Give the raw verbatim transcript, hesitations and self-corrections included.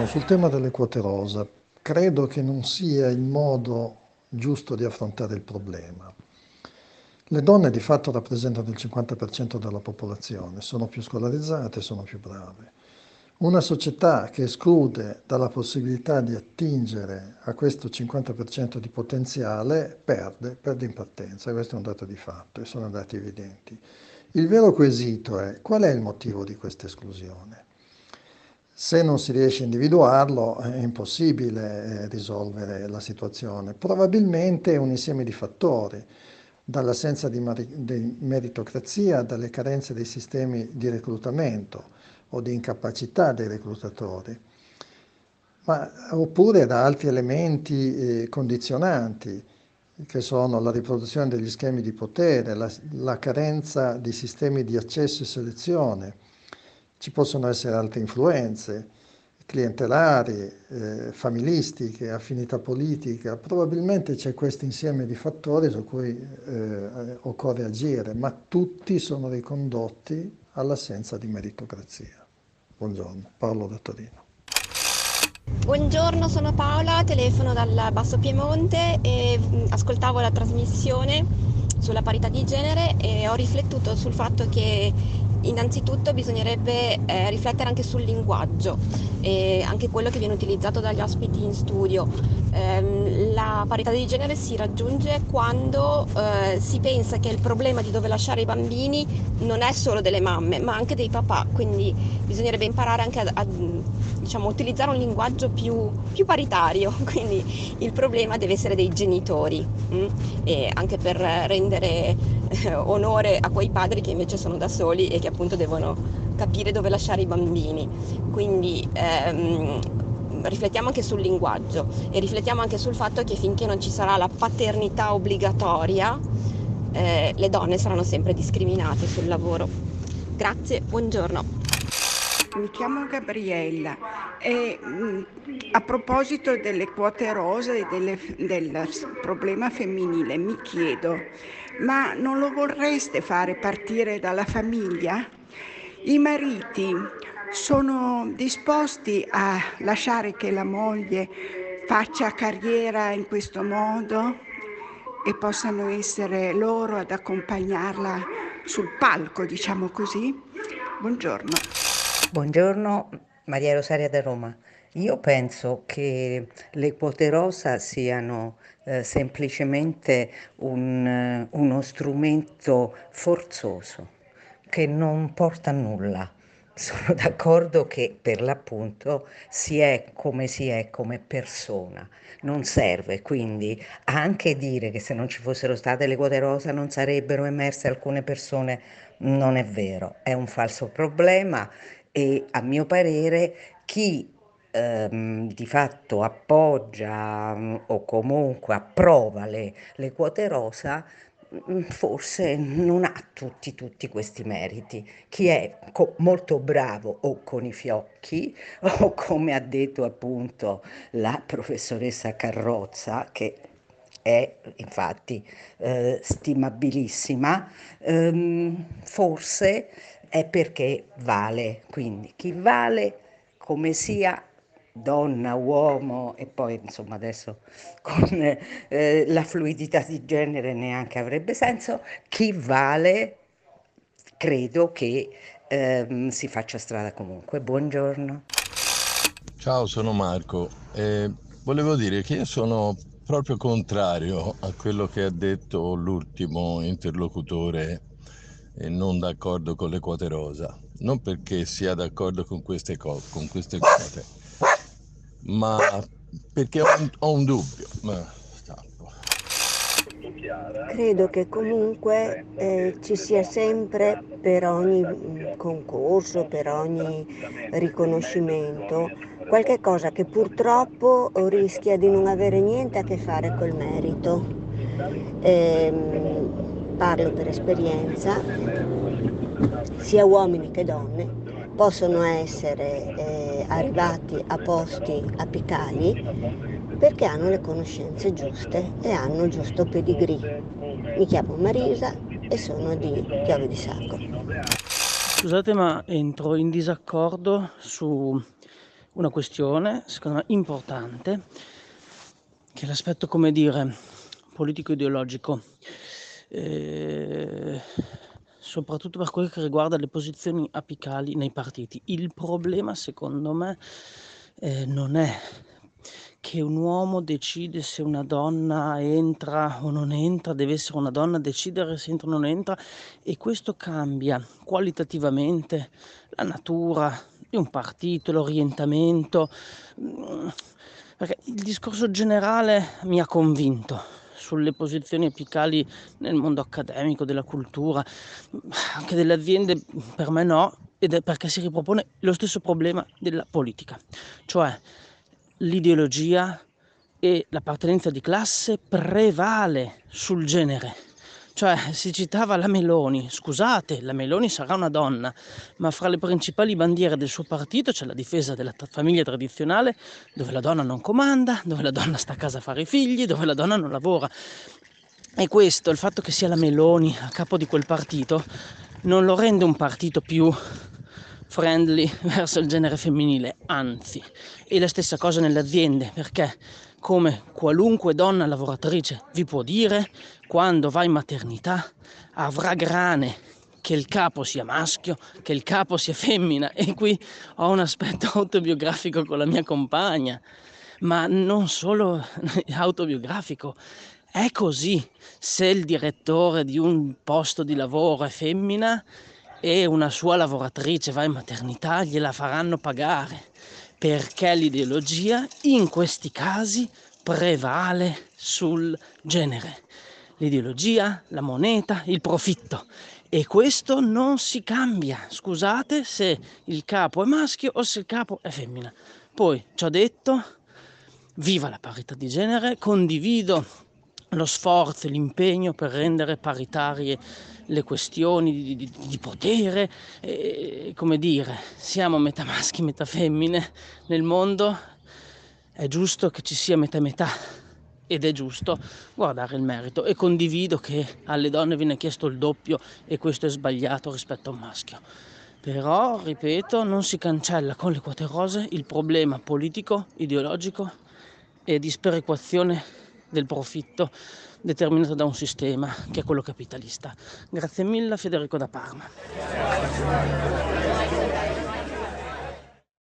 Buongiorno, sul tema delle quote rosa, credo che non sia il modo giusto di affrontare il problema. Le donne di fatto rappresentano il cinquanta per cento della popolazione, sono più scolarizzate, sono più brave. Una società che esclude dalla possibilità di attingere a questo cinquanta per cento di potenziale perde, perde in partenza, questo è un dato di fatto e sono dati evidenti. Il vero quesito è qual è il motivo di questa esclusione? Se non si riesce a individuarlo, è impossibile eh, risolvere la situazione. Probabilmente è un insieme di fattori, dall'assenza di, mari- di meritocrazia, dalle carenze dei sistemi di reclutamento o di incapacità dei reclutatori, ma oppure da altri elementi eh, condizionanti, che sono la riproduzione degli schemi di potere, la, la carenza di sistemi di accesso e selezione. Ci possono essere altre influenze clientelari, eh, familistiche, affinità politica. Probabilmente c'è questo insieme di fattori su cui eh, occorre agire, ma tutti sono ricondotti all'assenza di meritocrazia. Buongiorno, Paolo da Torino. Buongiorno, sono Paola, telefono dal Basso Piemonte e mh, ascoltavo la trasmissione sulla parità di genere e ho riflettuto sul fatto che innanzitutto bisognerebbe eh, riflettere anche sul linguaggio e anche quello che viene utilizzato dagli ospiti in studio. Ehm, la parità di genere si raggiunge quando eh, si pensa che il problema di dove lasciare i bambini non è solo delle mamme, ma anche dei papà, quindi bisognerebbe imparare anche a, a diciamo, utilizzare un linguaggio più, più paritario, quindi il problema deve essere dei genitori, mh? E anche per rendere eh, onore a quei padri che invece sono da soli e che appunto devono capire dove lasciare i bambini. Quindi ehm, riflettiamo anche sul linguaggio e riflettiamo anche sul fatto che finché non ci sarà la paternità obbligatoria, eh, le donne saranno sempre discriminate sul lavoro. Grazie, buongiorno. Mi chiamo Gabriella e mh, a proposito delle quote rosa e delle- del s- problema femminile mi chiedo, ma non lo vorreste fare partire dalla famiglia? I mariti sono disposti a lasciare che la moglie faccia carriera in questo modo e possano essere loro ad accompagnarla sul palco, diciamo così? Buongiorno. Buongiorno, Maria Rosaria da Roma. Io penso che le quote rosa siano eh, semplicemente un, eh, uno strumento forzoso che non porta a nulla. Sono d'accordo che per l'appunto si è come si è come persona, non serve, quindi anche dire che se non ci fossero state le quote rosa non sarebbero emerse alcune persone non è vero, è un falso problema e a mio parere chi ehm, di fatto appoggia mm, o comunque approva le, le quote rosa mm, forse non ha tutti, tutti questi meriti. Chi è co- molto bravo o con i fiocchi o come ha detto appunto la professoressa Carrozza, che è infatti eh, stimabilissima, ehm, forse è perché vale. Quindi chi vale come sia donna, uomo e poi insomma adesso con eh, la fluidità di genere neanche avrebbe senso, chi vale credo che ehm, si faccia strada comunque. Buongiorno. Ciao, sono Marco. Eh, volevo dire che io sono proprio contrario a quello che ha detto l'ultimo interlocutore e non d'accordo con le quote rosa. Non perché sia d'accordo con queste, co- con queste quote, ma perché ho un, ho un dubbio. Ma stappo. Credo che comunque eh, ci sia sempre per ogni mm, concorso, per ogni riconoscimento, qualche cosa che purtroppo rischia di non avere niente a che fare col merito. Ehm, parlo per esperienza, sia uomini che donne possono essere eh, arrivati a posti apicali perché hanno le conoscenze giuste e hanno il giusto pedigree. Mi chiamo Marisa e sono di Chiave di Sacco. Scusate, ma entro in disaccordo su una questione, secondo me, importante, che è l'aspetto, come dire, politico-ideologico, eh, soprattutto per quel che riguarda le posizioni apicali nei partiti. Il problema, secondo me, eh, non è che un uomo decide se una donna entra o non entra, deve essere una donna a decidere se entra o non entra, e questo cambia qualitativamente la natura di un partito, l'orientamento, perché il discorso generale mi ha convinto sulle posizioni apicali nel mondo accademico, della cultura, anche delle aziende, per me no, ed è perché si ripropone lo stesso problema della politica, cioè l'ideologia e l'appartenenza di classe prevale sul genere. Cioè, si citava la Meloni, scusate, la Meloni sarà una donna, ma fra le principali bandiere del suo partito c'è la difesa della tra- famiglia tradizionale, dove la donna non comanda, dove la donna sta a casa a fare i figli, dove la donna non lavora. E questo, il fatto che sia la Meloni a capo di quel partito, non lo rende un partito più friendly verso il genere femminile, anzi. E la stessa cosa nelle aziende, perché come qualunque donna lavoratrice vi può dire, quando va in maternità avrà grane, che il capo sia maschio, che il capo sia femmina. E qui ho un aspetto autobiografico con la mia compagna, ma non solo autobiografico, è così. Se il direttore di un posto di lavoro è femmina e una sua lavoratrice va in maternità, gliela faranno pagare, perché l'ideologia in questi casi prevale sul genere. L'ideologia, la moneta, il profitto. E questo non si cambia, scusate, se il capo è maschio o se il capo è femmina. Poi, ci ho detto, viva la parità di genere, condivido lo sforzo e l'impegno per rendere paritarie le questioni di, di, di potere, e, come dire, siamo metà maschi, metà femmine nel mondo, è giusto che ci sia metà e metà, ed è giusto guardare il merito, e condivido che alle donne viene chiesto il doppio e questo è sbagliato rispetto a un maschio. Però, ripeto, non si cancella con le quote rose il problema politico, ideologico e di sperequazione del profitto determinato da un sistema che è quello capitalista. Grazie mille, Federico da Parma.